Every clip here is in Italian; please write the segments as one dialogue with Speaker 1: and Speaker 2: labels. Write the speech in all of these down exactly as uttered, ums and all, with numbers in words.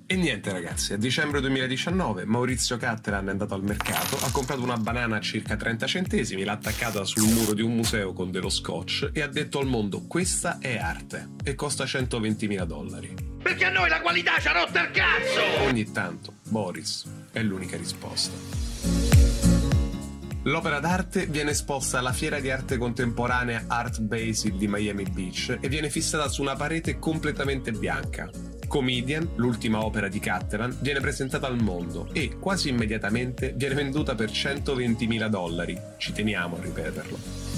Speaker 1: E niente ragazzi, a dicembre duemiladiciannove Maurizio Cattelan è andato al mercato, ha comprato una banana a circa trenta centesimi, l'ha attaccata sul muro di un museo con dello scotch e ha detto al mondo: questa è arte, e costa centoventimila dollari.
Speaker 2: Perché a noi la qualità ci ha rotto il cazzo!
Speaker 1: Ogni tanto, Boris è l'unica risposta. L'opera d'arte viene esposta alla fiera di arte contemporanea Art Basel di Miami Beach e viene fissata su una parete completamente bianca. Comedian, l'ultima opera di Cattelan, viene presentata al mondo e, quasi immediatamente, viene venduta per centoventimila dollari. Ci teniamo a ripeterlo.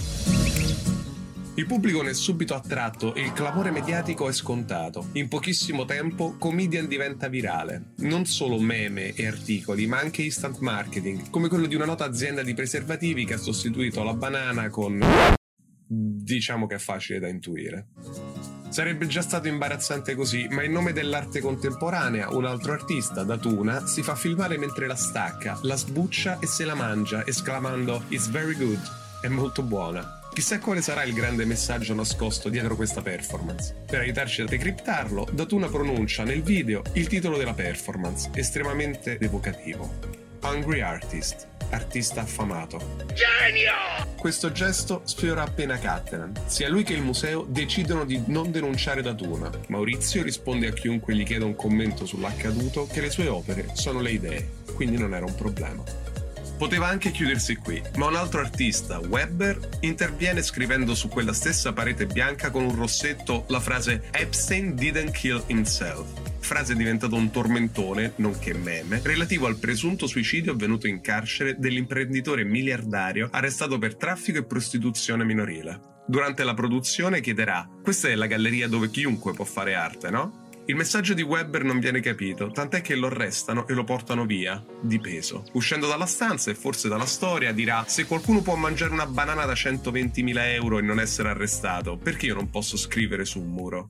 Speaker 1: Il pubblico ne è subito attratto e il clamore mediatico è scontato. In pochissimo tempo Comedian diventa virale. Non solo meme e articoli, ma anche instant marketing, come quello di una nota azienda di preservativi che ha sostituito la banana con... diciamo che è facile da intuire. Sarebbe già stato imbarazzante così, ma in nome dell'arte contemporanea, un altro artista, Datuna, si fa filmare mentre la stacca, la sbuccia e se la mangia, esclamando "It's very good", è molto buona. Chissà quale sarà il grande messaggio nascosto dietro questa performance. Per aiutarci a decriptarlo, Datuna pronuncia nel video il titolo della performance, estremamente evocativo: Hungry Artist, artista affamato.
Speaker 2: Genio!
Speaker 1: Questo gesto sfiora appena Cattelan. Sia lui che il museo decidono di non denunciare Datuna. Maurizio risponde a chiunque gli chieda un commento sull'accaduto che le sue opere sono le idee, quindi non era un problema. Poteva anche chiudersi qui, ma un altro artista, Webber, interviene scrivendo su quella stessa parete bianca con un rossetto la frase "Epstein didn't kill himself", frase diventata un tormentone, nonché meme, relativo al presunto suicidio avvenuto in carcere dell'imprenditore miliardario arrestato per traffico e prostituzione minorile. Durante la produzione chiederà: "Questa è la galleria dove chiunque può fare arte, no?" Il messaggio di Webber non viene capito, tant'è che lo arrestano e lo portano via, di peso. Uscendo dalla stanza e forse dalla storia dirà: "Se qualcuno può mangiare una banana da centoventimila euro e non essere arrestato, perché io non posso scrivere su un muro?"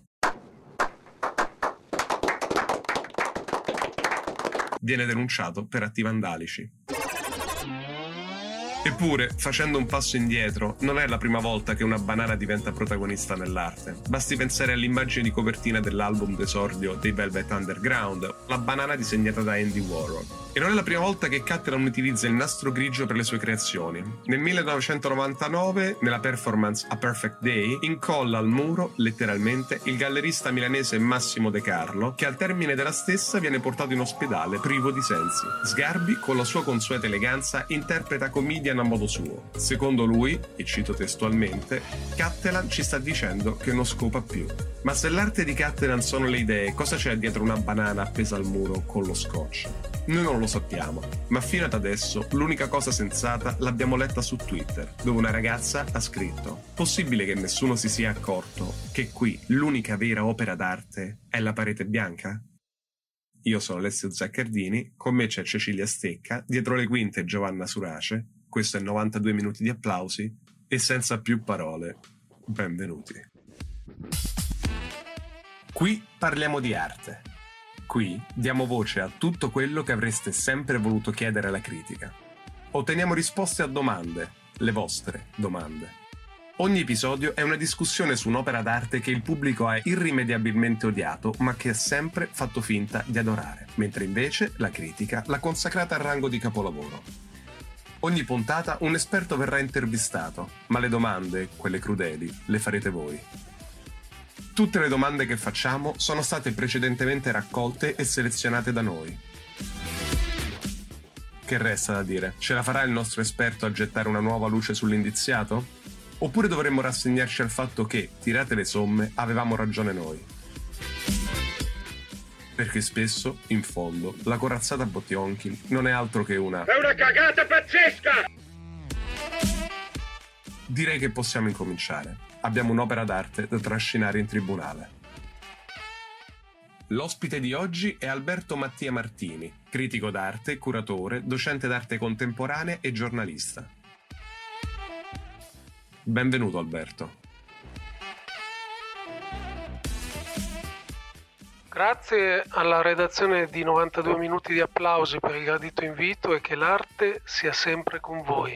Speaker 1: Viene denunciato per atti vandalici. Eppure, facendo un passo indietro, non è la prima volta che una banana diventa protagonista nell'arte. Basti pensare all'immagine di copertina dell'album d'esordio dei Velvet Underground, la banana disegnata da Andy Warhol. E non è la prima volta che Cattelan utilizza il nastro grigio per le sue creazioni. Nel millenovecentonovantanove, nella performance A Perfect Day, incolla al muro, letteralmente, il gallerista milanese Massimo De Carlo, che al termine della stessa viene portato in ospedale privo di sensi. Sgarbi, con la sua consueta eleganza, interpreta Comedian a modo suo. Secondo lui, e cito testualmente, Cattelan ci sta dicendo che non scopa più. Ma se l'arte di Cattelan sono le idee, cosa c'è dietro una banana appesa al muro con lo scotch? Noi non lo sappiamo, ma fino ad adesso l'unica cosa sensata l'abbiamo letta su Twitter, dove una ragazza ha scritto: "Possibile che nessuno si sia accorto che qui l'unica vera opera d'arte è la parete bianca?" Io sono Alessio Zaccardini, con me c'è Cecilia Stecca, dietro le quinte Giovanna Surace, questo è novantadue minuti di applausi e senza più parole, benvenuti. Qui parliamo di arte. Qui diamo voce a tutto quello che avreste sempre voluto chiedere alla critica. Otteniamo risposte a domande, le vostre domande. Ogni episodio è una discussione su un'opera d'arte che il pubblico ha irrimediabilmente odiato, ma che ha sempre fatto finta di adorare, mentre invece la critica l'ha consacrata al rango di capolavoro. Ogni puntata un esperto verrà intervistato, ma le domande, quelle crudeli, le farete voi. Tutte le domande che facciamo sono state precedentemente raccolte e selezionate da noi. Che resta da dire? Ce la farà il nostro esperto a gettare una nuova luce sull'indiziato? Oppure dovremmo rassegnarci al fatto che, tirate le somme, avevamo ragione noi? Perché spesso, in fondo, la corazzata Botionkin non è altro che una...
Speaker 2: È una cagata pazzesca!
Speaker 1: Direi che possiamo incominciare. Abbiamo un'opera d'arte da trascinare in tribunale. L'ospite di oggi è Alberto Mattia Martini, critico d'arte, curatore, docente d'arte contemporanea e giornalista. Benvenuto Alberto.
Speaker 3: Grazie alla redazione di novantadue minuti di applausi per il gradito invito e che l'arte sia sempre con voi.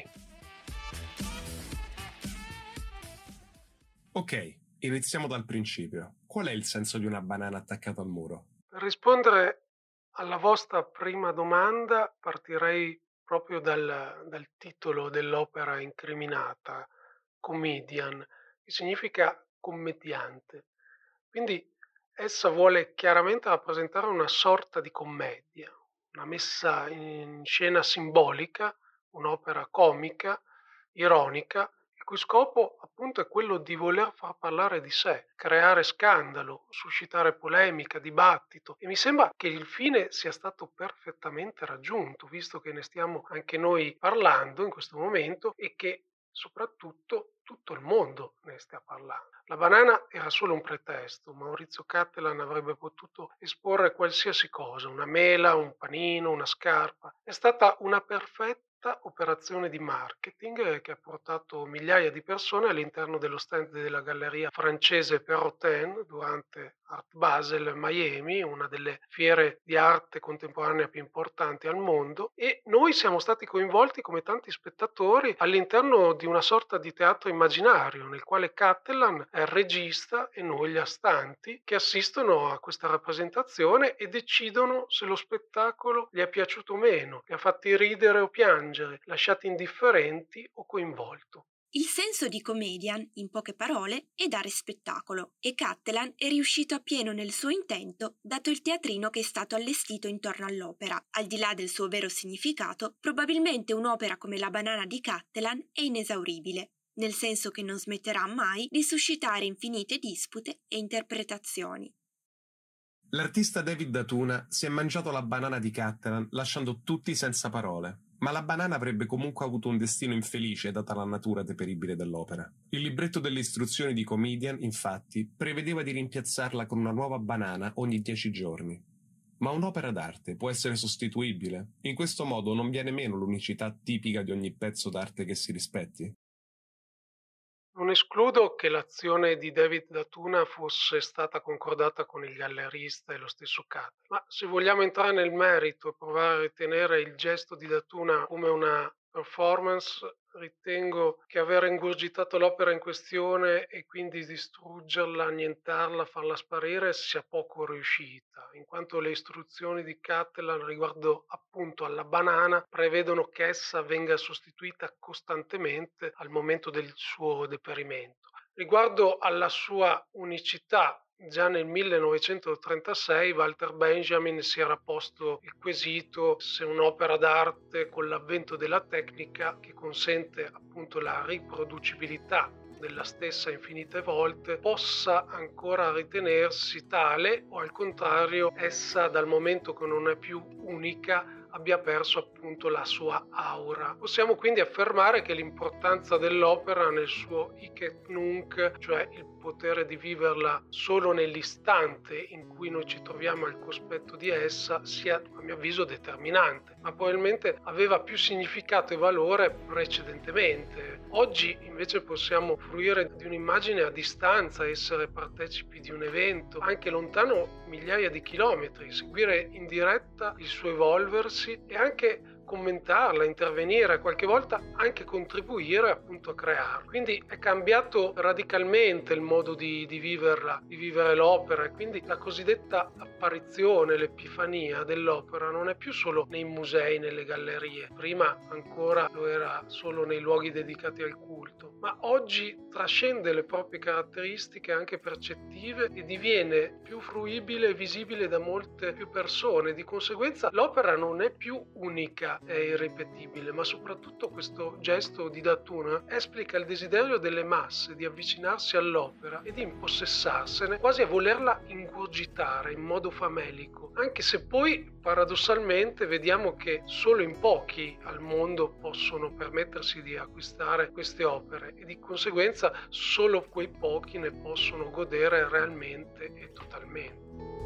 Speaker 1: Ok, iniziamo dal principio. Qual è il senso di una banana attaccata al muro?
Speaker 3: Per rispondere Alla vostra prima domanda partirei proprio dal, dal titolo dell'opera incriminata, comedian, che significa commediante. Quindi essa vuole chiaramente rappresentare una sorta di commedia, una messa in scena simbolica, un'opera comica, ironica, il cui scopo appunto è quello di voler far parlare di sé, creare scandalo, suscitare polemica, dibattito, e mi sembra che il fine sia stato perfettamente raggiunto, visto che ne stiamo anche noi parlando in questo momento e che soprattutto tutto il mondo ne stia parlando. La banana era solo un pretesto, Maurizio Cattelan avrebbe potuto esporre qualsiasi cosa, una mela, un panino, una scarpa. È stata una perfetta operazione di marketing che ha portato migliaia di persone all'interno dello stand della galleria francese Perrotin durante Art Basel Miami, una delle fiere di arte contemporanea più importanti al mondo, e noi siamo stati coinvolti come tanti spettatori all'interno di una sorta di teatro immaginario nel quale Cattelan è il regista e noi gli astanti che assistono a questa rappresentazione e decidono se lo spettacolo gli è piaciuto o meno, li ha fatti ridere o piangere, lasciati indifferenti o coinvolto.
Speaker 4: Il senso di comedian, in poche parole, è dare spettacolo, e Cattelan è riuscito appieno nel suo intento, dato il teatrino che è stato allestito intorno all'opera. Al di là del suo vero significato, probabilmente un'opera come La banana di Cattelan è inesauribile, nel senso che non smetterà mai di suscitare infinite dispute e interpretazioni.
Speaker 1: L'artista David Datuna si è mangiato la banana di Cattelan lasciando tutti senza parole. Ma la banana avrebbe comunque avuto un destino infelice data la natura deperibile dell'opera. Il libretto delle istruzioni di Comedian, infatti, prevedeva di rimpiazzarla con una nuova banana ogni dieci giorni. Ma un'opera d'arte può essere sostituibile? In questo modo non viene meno l'unicità tipica di ogni pezzo d'arte che si rispetti?
Speaker 3: Non escludo che l'azione di David Datuna fosse stata concordata con il gallerista e lo stesso Cattelan, ma se vogliamo entrare nel merito e provare a ritenere il gesto di Datuna come una performance, ritengo che aver ingurgitato l'opera in questione e quindi distruggerla, annientarla, farla sparire sia poco riuscita, in quanto le istruzioni di Cattelan riguardo appunto alla banana prevedono che essa venga sostituita costantemente al momento del suo deperimento. Riguardo alla sua unicità, già nel millenovecentotrentasei Walter Benjamin si era posto il quesito se un'opera d'arte con l'avvento della tecnica che consente appunto la riproducibilità della stessa infinite volte possa ancora ritenersi tale o al contrario essa dal momento che non è più unica abbia perso appunto la sua aura. Possiamo quindi affermare che l'importanza dell'opera nel suo hic et nunc, cioè il potere di viverla solo nell'istante in cui noi ci troviamo al cospetto di essa, sia a mio avviso determinante, ma probabilmente aveva più significato e valore precedentemente. Oggi invece possiamo fruire di un'immagine a distanza, essere partecipi di un evento, anche lontano migliaia di chilometri, seguire in diretta il suo evolversi e anche commentarla, intervenire, qualche volta anche contribuire appunto a crearla. Quindi è cambiato radicalmente il modo di, di viverla, di vivere l'opera, e quindi la cosiddetta apparizione, l'epifania dell'opera non è più solo nei musei, nelle gallerie, prima ancora lo era solo nei luoghi dedicati al culto, ma oggi trascende le proprie caratteristiche anche percettive e diviene più fruibile e visibile da molte più persone. Di conseguenza l'opera non è più unica è irripetibile, ma soprattutto questo gesto di Datuna esplica il desiderio delle masse di avvicinarsi all'opera e di impossessarsene, quasi a volerla ingurgitare in modo famelico, anche se poi paradossalmente vediamo che solo in pochi al mondo possono permettersi di acquistare queste opere e di conseguenza solo quei pochi ne possono godere realmente e totalmente.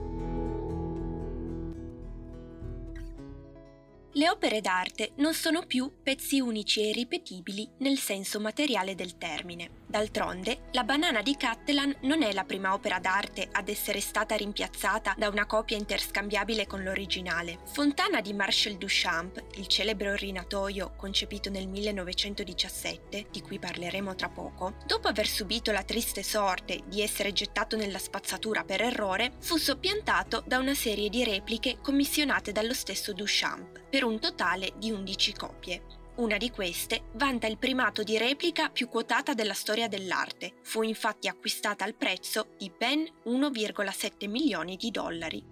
Speaker 4: Le opere d'arte non sono più pezzi unici e irripetibili nel senso materiale del termine. D'altronde, la banana di Cattelan non è la prima opera d'arte ad essere stata rimpiazzata da una copia interscambiabile con l'originale. Fontana di Marcel Duchamp, il celebre orinatoio concepito nel millenovecentodiciassette, di cui parleremo tra poco, dopo aver subito la triste sorte di essere gettato nella spazzatura per errore, fu soppiantato da una serie di repliche commissionate dallo stesso Duchamp, per un totale di undici copie. Una di queste vanta il primato di replica più quotata della storia dell'arte. Fu infatti acquistata al prezzo di ben uno virgola sette milioni di dollari.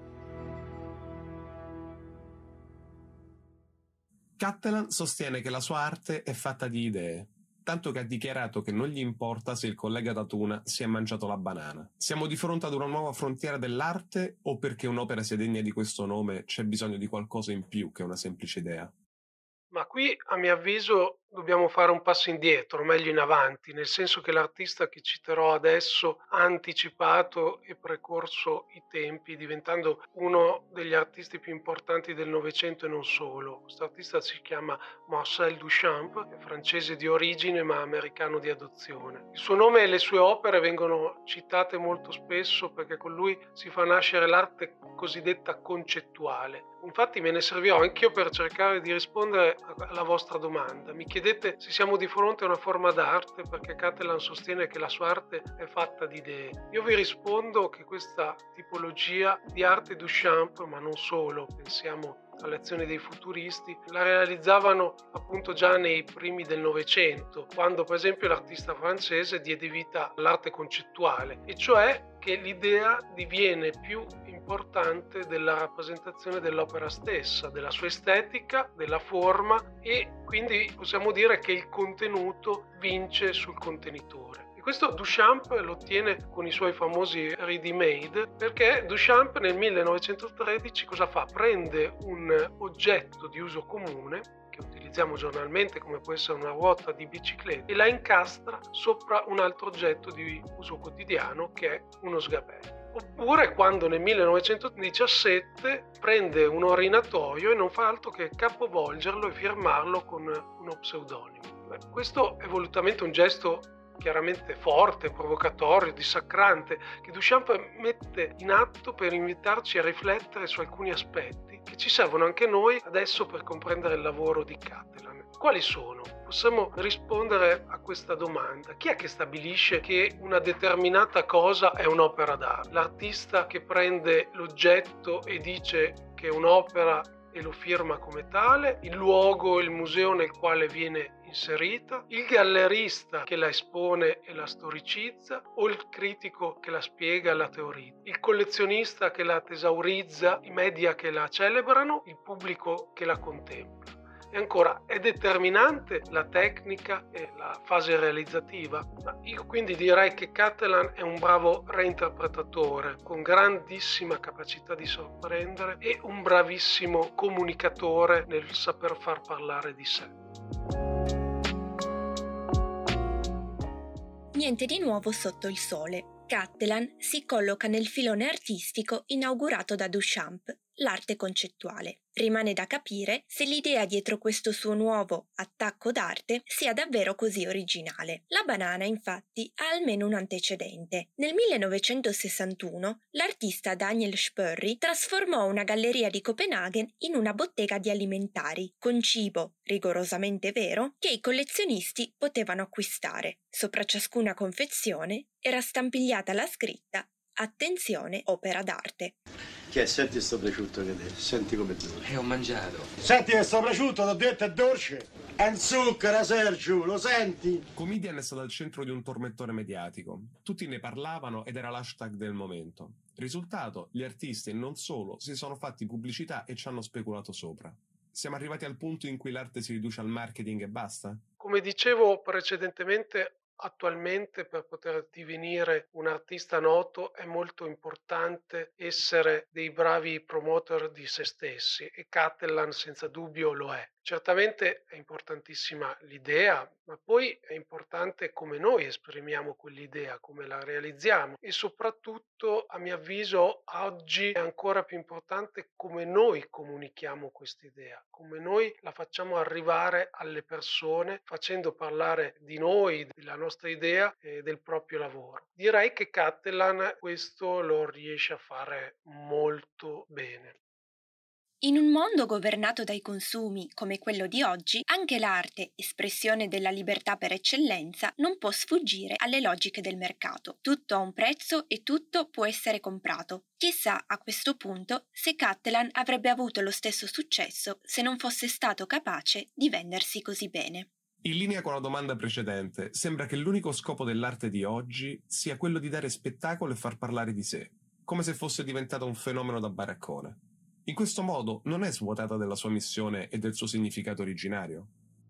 Speaker 1: Cattelan sostiene che la sua arte è fatta di idee, tanto che ha dichiarato che non gli importa se il collega Datuna si è mangiato la banana. Siamo di fronte ad una nuova frontiera dell'arte o perché un'opera sia degna di questo nome c'è bisogno di qualcosa in più che una semplice idea?
Speaker 3: Ma qui, a mio avviso, dobbiamo fare un passo indietro, meglio in avanti, nel senso che l'artista che citerò adesso ha anticipato e precorso i tempi, diventando uno degli artisti più importanti del Novecento e non solo. Questo artista si chiama Marcel Duchamp, è francese di origine ma americano di adozione. Il suo nome e le sue opere vengono citate molto spesso perché con lui si fa nascere l'arte cosiddetta concettuale. Infatti me ne servirò anch'io per cercare di rispondere alla vostra domanda. Mi chiedete se siamo di fronte a una forma d'arte perché Cattelan sostiene che la sua arte è fatta di idee. Io vi rispondo che questa tipologia di arte Duchamp, ma non solo, pensiamo alle azioni dei futuristi, la realizzavano appunto già nei primi del Novecento, quando per esempio l'artista francese diede vita all'arte concettuale, e cioè che l'idea diviene più importante della rappresentazione dell'opera stessa, della sua estetica, della forma, e quindi possiamo dire che il contenuto vince sul contenitore. E questo Duchamp lo ottiene con i suoi famosi ready-made, perché Duchamp nel millenovecentotredici cosa fa? Prende un oggetto di uso comune che utilizziamo giornalmente, come può essere una ruota di bicicletta, e la incastra sopra un altro oggetto di uso quotidiano che è uno sgabello. Oppure quando nel millenovecentodiciassette prende un orinatoio e non fa altro che capovolgerlo e firmarlo con uno pseudonimo. Beh, questo è volutamente un gesto chiaramente forte, provocatorio, dissacrante, che Duchamp mette in atto per invitarci a riflettere su alcuni aspetti che ci servono anche noi adesso per comprendere il lavoro di Cattelan. Quali sono? Possiamo rispondere a questa domanda. Chi è che stabilisce che una determinata cosa è un'opera d'arte? L'artista che prende l'oggetto e dice che è un'opera e lo firma come tale, il luogo, il museo nel quale viene inserita, il gallerista che la espone e la storicizza o il critico che la spiega e la teorizza, il collezionista che la tesaurizza, i media che la celebrano, il pubblico che la contempla. E ancora, è determinante la tecnica e la fase realizzativa? Ma io quindi direi che Cattelan è un bravo reinterpretatore, con grandissima capacità di sorprendere e un bravissimo comunicatore nel saper far parlare di sé.
Speaker 4: Niente di nuovo sotto il sole. Cattelan si colloca nel filone artistico inaugurato da Duchamp, l'arte concettuale. Rimane da capire se l'idea dietro questo suo nuovo attacco d'arte sia davvero così originale. La banana, infatti, ha almeno un antecedente. Nel millenovecentosessantuno l'artista Daniel Spörri trasformò una galleria di Copenaghen in una bottega di alimentari, con cibo, rigorosamente vero, che i collezionisti potevano acquistare. Sopra ciascuna confezione era stampigliata la scritta "Attenzione, opera d'arte".
Speaker 5: Che senti sto prosciutto che te, senti come duro.
Speaker 6: E ho mangiato.
Speaker 5: Senti che sto prosciutto, t'ho detto è dolce. È zucchero, Sergio, lo senti?
Speaker 1: Comedian è stato al centro di un tormentone mediatico. Tutti ne parlavano ed era l'hashtag del momento. Risultato, gli artisti e non solo si sono fatti pubblicità e ci hanno speculato sopra. Siamo arrivati al punto in cui l'arte si riduce al marketing e basta?
Speaker 3: Come dicevo precedentemente, attualmente per poter divenire un artista noto è molto importante essere dei bravi promoter di se stessi, e Cattelan senza dubbio lo è. Certamente è importantissima l'idea, ma poi è importante come noi esprimiamo quell'idea, come la realizziamo e soprattutto, a mio avviso, oggi è ancora più importante come noi comunichiamo quest'idea, come noi la facciamo arrivare alle persone facendo parlare di noi, della nostra idea e del proprio lavoro. Direi che Catalan questo lo riesce a fare molto bene.
Speaker 4: In un mondo governato dai consumi come quello di oggi, anche l'arte, espressione della libertà per eccellenza, non può sfuggire alle logiche del mercato. Tutto ha un prezzo e tutto può essere comprato. Chissà a questo punto se Catalan avrebbe avuto lo stesso successo se non fosse stato capace di vendersi così bene.
Speaker 1: In linea con la domanda precedente, sembra che l'unico scopo dell'arte di oggi sia quello di dare spettacolo e far parlare di sé, come se fosse diventato un fenomeno da baraccone. In questo modo non è svuotata della sua missione e del suo significato originario?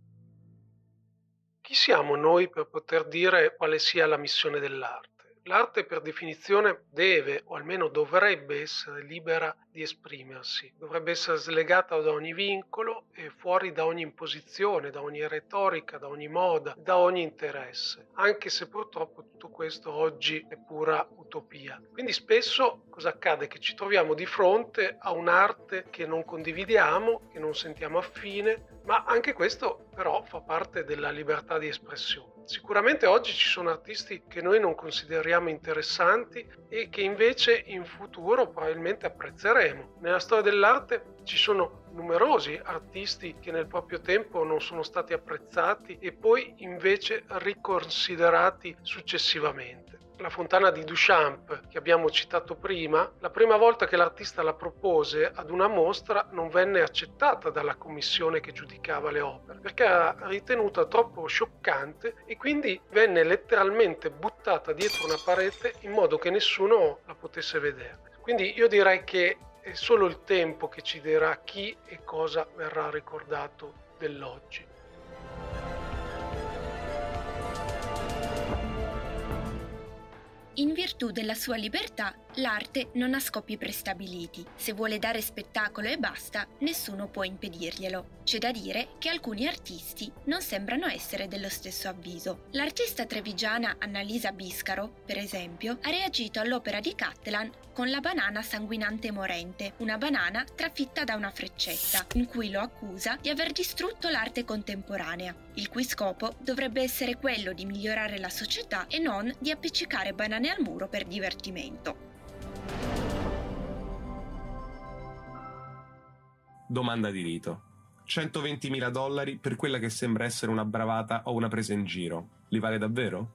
Speaker 3: Chi siamo noi per poter dire quale sia la missione dell'arte? L'arte per definizione deve, o almeno dovrebbe essere libera di esprimersi, dovrebbe essere slegata da ogni vincolo e fuori da ogni imposizione, da ogni retorica, da ogni moda, da ogni interesse, anche se purtroppo tutto questo oggi è pura utopia. Quindi spesso cosa accade? Che ci troviamo di fronte a un'arte che non condividiamo, che non sentiamo affine, ma anche questo però fa parte della libertà di espressione. Sicuramente oggi ci sono artisti che noi non consideriamo interessanti e che invece in futuro probabilmente apprezzeremo. Nella storia dell'arte ci sono numerosi artisti che nel proprio tempo non sono stati apprezzati e poi invece riconsiderati successivamente. La fontana di Duchamp, che abbiamo citato prima, la prima volta che l'artista la propose ad una mostra non venne accettata dalla commissione che giudicava le opere, perché era ritenuta troppo scioccante e quindi venne letteralmente buttata dietro una parete in modo che nessuno la potesse vedere. Quindi io direi che è solo il tempo che ci dirà chi e cosa verrà ricordato dell'oggi.
Speaker 4: In virtù della sua libertà, l'arte non ha scopi prestabiliti. Se vuole dare spettacolo e basta, nessuno può impedirglielo. C'è da dire che alcuni artisti non sembrano essere dello stesso avviso. L'artista trevigiana Annalisa Biscaro, per esempio, ha reagito all'opera di Catalan con La banana sanguinante e morente, una banana trafitta da una freccetta, in cui lo accusa di aver distrutto l'arte contemporanea, il cui scopo dovrebbe essere quello di migliorare la società e non di appiccicare banane al muro per divertimento.
Speaker 1: Domanda di rito. centoventimila dollari per quella che sembra essere una bravata o una presa in giro. Li vale davvero?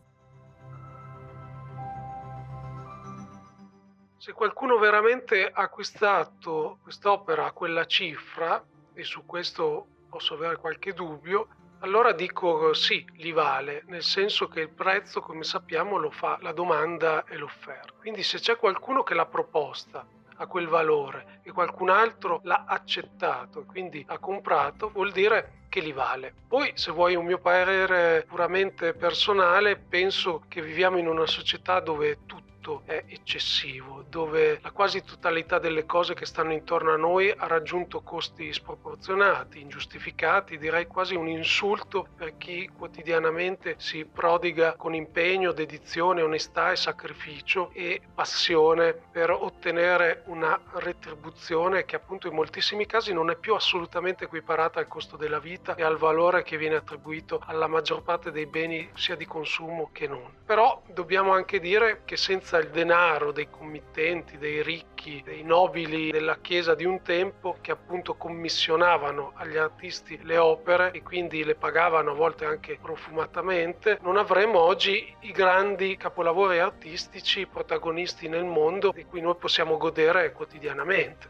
Speaker 3: Se qualcuno veramente ha acquistato quest'opera a quella cifra, e su questo posso avere qualche dubbio, allora dico sì, li vale, nel senso che il prezzo, come sappiamo, lo fa la domanda e l'offerta. Quindi se c'è qualcuno che l'ha proposta a quel valore e qualcun altro l'ha accettato e quindi ha comprato, vuol dire che li vale. Poi, se vuoi un mio parere puramente personale, penso che viviamo in una società dove tutto è eccessivo, dove la quasi totalità delle cose che stanno intorno a noi ha raggiunto costi sproporzionati, ingiustificati, direi quasi un insulto per chi quotidianamente si prodiga con impegno, dedizione, onestà e sacrificio e passione per ottenere una retribuzione che appunto in moltissimi casi non è più assolutamente equiparata al costo della vita e al valore che viene attribuito alla maggior parte dei beni sia di consumo che non. Però dobbiamo anche dire che senza il denaro dei committenti, dei ricchi, dei nobili della Chiesa di un tempo che appunto commissionavano agli artisti le opere e quindi le pagavano a volte anche profumatamente, non avremmo oggi i grandi capolavori artistici protagonisti nel mondo di cui noi possiamo godere quotidianamente.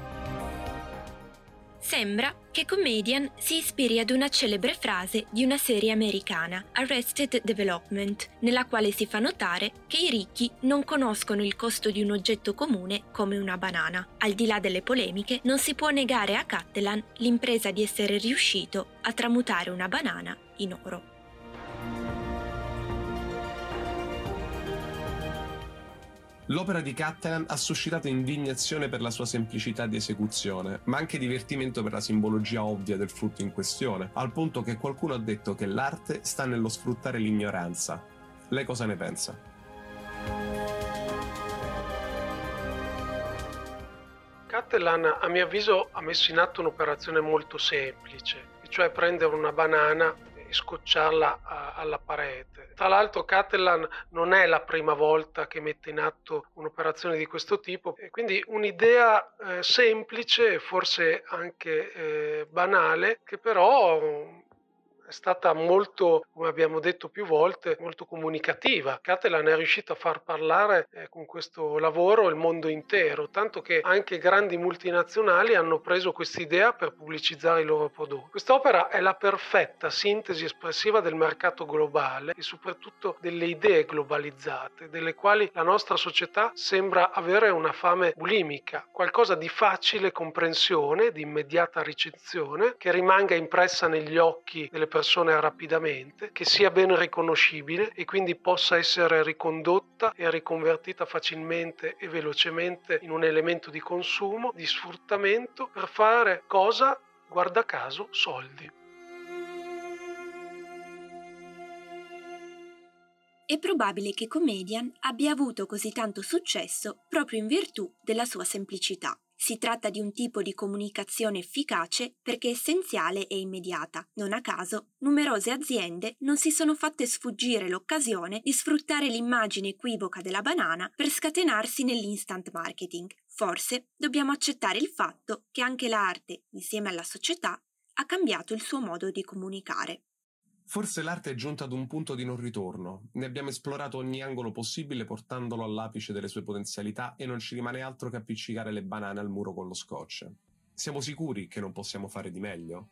Speaker 4: Sembra che Comedian si ispiri ad una celebre frase di una serie americana, Arrested Development, nella quale si fa notare che i ricchi non conoscono il costo di un oggetto comune come una banana. Al di là delle polemiche, non si può negare a Catalan l'impresa di essere riuscito a tramutare una banana in oro.
Speaker 1: L'opera di Cattelan ha suscitato indignazione per la sua semplicità di esecuzione, ma anche divertimento per la simbologia ovvia del frutto in questione, al punto che qualcuno ha detto che l'arte sta nello sfruttare l'ignoranza. Lei cosa ne pensa?
Speaker 3: Cattelan, a mio avviso, ha messo in atto un'operazione molto semplice, cioè prendere una banana e scocciarla a, alla parete. Tra l'altro Cattelan non è la prima volta che mette in atto un'operazione di questo tipo, e quindi un'idea eh, semplice e forse anche eh, banale, che però è stata molto, come abbiamo detto più volte, molto comunicativa. Cattelan è riuscito a far parlare eh, con questo lavoro il mondo intero, tanto che anche grandi multinazionali hanno preso quest'idea per pubblicizzare i loro prodotti. Quest'opera è la perfetta sintesi espressiva del mercato globale e soprattutto delle idee globalizzate, delle quali la nostra società sembra avere una fame bulimica, qualcosa di facile comprensione, di immediata ricezione, che rimanga impressa negli occhi delle persone persone rapidamente, che sia ben riconoscibile e quindi possa essere ricondotta e riconvertita facilmente e velocemente in un elemento di consumo, di sfruttamento, per fare cosa? Guarda caso, soldi.
Speaker 4: È probabile che Comedian abbia avuto così tanto successo proprio in virtù della sua semplicità. Si tratta di un tipo di comunicazione efficace perché essenziale e immediata. Non a caso, numerose aziende non si sono fatte sfuggire l'occasione di sfruttare l'immagine equivoca della banana per scatenarsi nell'instant marketing. Forse dobbiamo accettare il fatto che anche l'arte, insieme alla società, ha cambiato il suo modo di comunicare.
Speaker 1: Forse l'arte è giunta ad un punto di non ritorno. Ne abbiamo esplorato ogni angolo possibile portandolo all'apice delle sue potenzialità e non ci rimane altro che appiccicare le banane al muro con lo scotch. Siamo sicuri che non possiamo fare di meglio?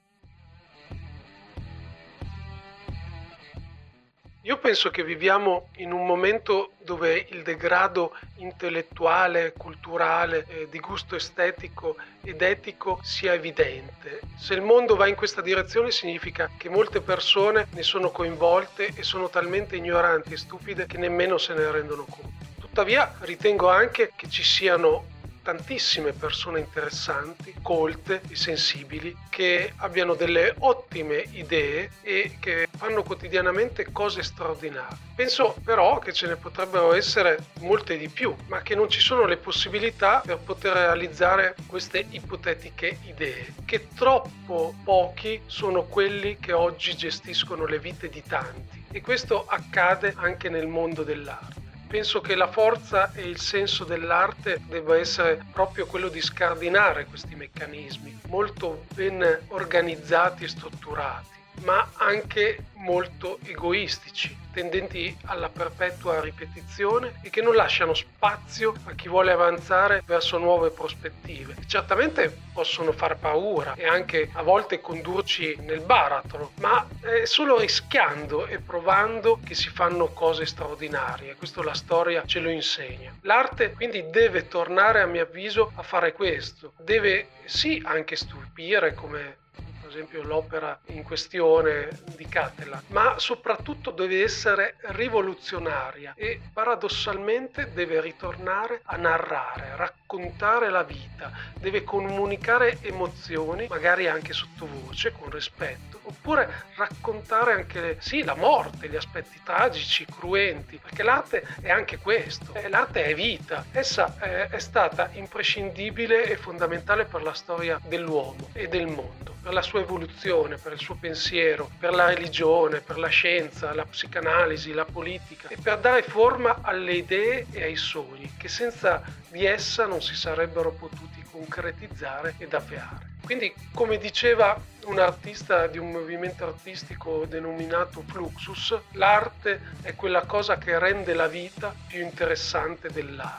Speaker 3: Io penso che viviamo in un momento dove il degrado intellettuale, culturale, eh, di gusto estetico ed etico sia evidente. Se il mondo va in questa direzione significa che molte persone ne sono coinvolte e sono talmente ignoranti e stupide che nemmeno se ne rendono conto. Tuttavia ritengo anche che ci siano tantissime persone interessanti, colte e sensibili, che abbiano delle ottime idee e che fanno quotidianamente cose straordinarie. Penso però che ce ne potrebbero essere molte di più, ma che non ci sono le possibilità per poter realizzare queste ipotetiche idee, che troppo pochi sono quelli che oggi gestiscono le vite di tanti, e questo accade anche nel mondo dell'arte. Penso che la forza e il senso dell'arte debba essere proprio quello di scardinare questi meccanismi, molto ben organizzati e strutturati, ma anche molto egoistici, tendenti alla perpetua ripetizione e che non lasciano spazio a chi vuole avanzare verso nuove prospettive. Certamente possono far paura e anche a volte condurci nel baratro, ma è solo rischiando e provando che si fanno cose straordinarie. Questo la storia ce lo insegna. L'arte quindi deve tornare, a mio avviso, a fare questo. Deve sì anche stupire, come per esempio l'opera in questione di Cattelan, ma soprattutto deve essere rivoluzionaria e paradossalmente deve ritornare a narrare, raccontare la vita, deve comunicare emozioni, magari anche sottovoce, con rispetto, oppure raccontare anche sì la morte, gli aspetti tragici, cruenti, perché l'arte è anche questo, l'arte è vita, essa è, è stata imprescindibile e fondamentale per la storia dell'uomo e del mondo, per la sua evoluzione, per il suo pensiero, per la religione, per la scienza, la psicanalisi, la politica, e per dare forma alle idee e ai sogni che senza di essa non si sarebbero potuti concretizzare ed avviare. Quindi, come diceva un artista di un movimento artistico denominato Fluxus, l'arte è quella cosa che rende la vita più interessante dell'arte.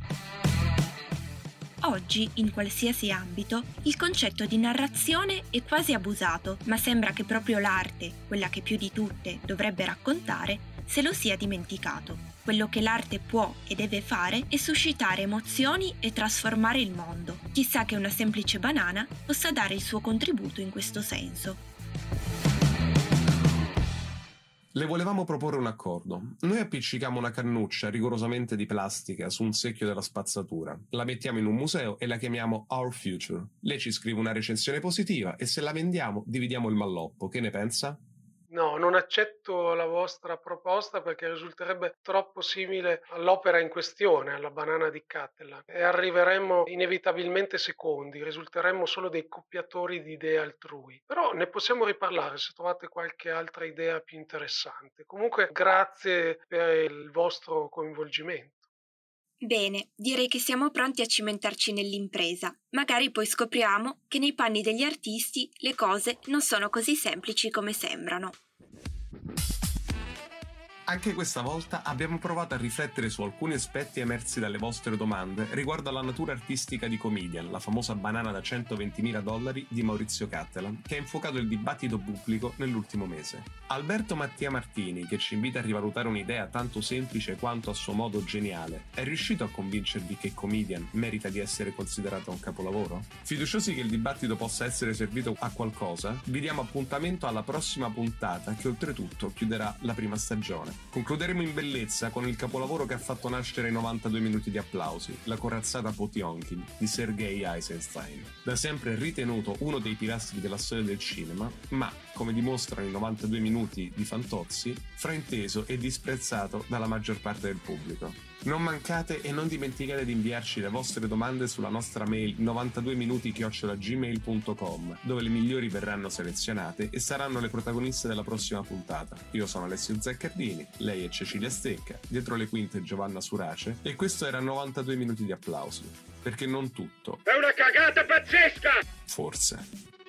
Speaker 4: Oggi, in qualsiasi ambito, il concetto di narrazione è quasi abusato, ma sembra che proprio l'arte, quella che più di tutte dovrebbe raccontare, se lo sia dimenticato. Quello che l'arte può e deve fare è suscitare emozioni e trasformare il mondo. Chissà che una semplice banana possa dare il suo contributo in questo senso.
Speaker 1: Le volevamo proporre un accordo. Noi appiccichiamo una cannuccia rigorosamente di plastica su un secchio della spazzatura, la mettiamo in un museo e la chiamiamo Our Future. Lei ci scrive una recensione positiva e se la vendiamo dividiamo il malloppo. Che ne pensa?
Speaker 3: No, non accetto la vostra proposta perché risulterebbe troppo simile all'opera in questione, alla banana di Catalan, e arriveremmo inevitabilmente secondi, risulteremmo solo dei copiatori di idee altrui. Però ne possiamo riparlare se trovate qualche altra idea più interessante. Comunque, grazie per il vostro coinvolgimento.
Speaker 4: Bene, direi che siamo pronti a cimentarci nell'impresa. Magari poi scopriamo che nei panni degli artisti le cose non sono così semplici come sembrano.
Speaker 1: Anche questa volta abbiamo provato a riflettere su alcuni aspetti emersi dalle vostre domande riguardo alla natura artistica di Comedian, la famosa banana da centoventimila dollari di Maurizio Cattelan, che ha infuocato il dibattito pubblico nell'ultimo mese. Alberto Mattia Martini, che ci invita a rivalutare un'idea tanto semplice quanto a suo modo geniale, è riuscito a convincervi che Comedian merita di essere considerata un capolavoro? Fiduciosi che il dibattito possa essere servito a qualcosa, vi diamo appuntamento alla prossima puntata che oltretutto chiuderà la prima stagione. Concluderemo in bellezza con il capolavoro che ha fatto nascere i novantadue minuti di applausi, la corazzata Potionkin di Sergei Eisenstein, da sempre ritenuto uno dei pilastri della storia del cinema, ma, come dimostrano i novantadue minuti di Fantozzi, frainteso e disprezzato dalla maggior parte del pubblico. Non mancate e non dimenticate di inviarci le vostre domande sulla nostra mail novantadue minuti chiocciola gmail punto com, dove le migliori verranno selezionate e saranno le protagoniste della prossima puntata. Io sono Alessio Zaccardini, lei è Cecilia Stecca, dietro le quinte Giovanna Surace, e questo era novantadue minuti di applausi, perché non tutto
Speaker 2: È una cagata pazzesca!
Speaker 1: forse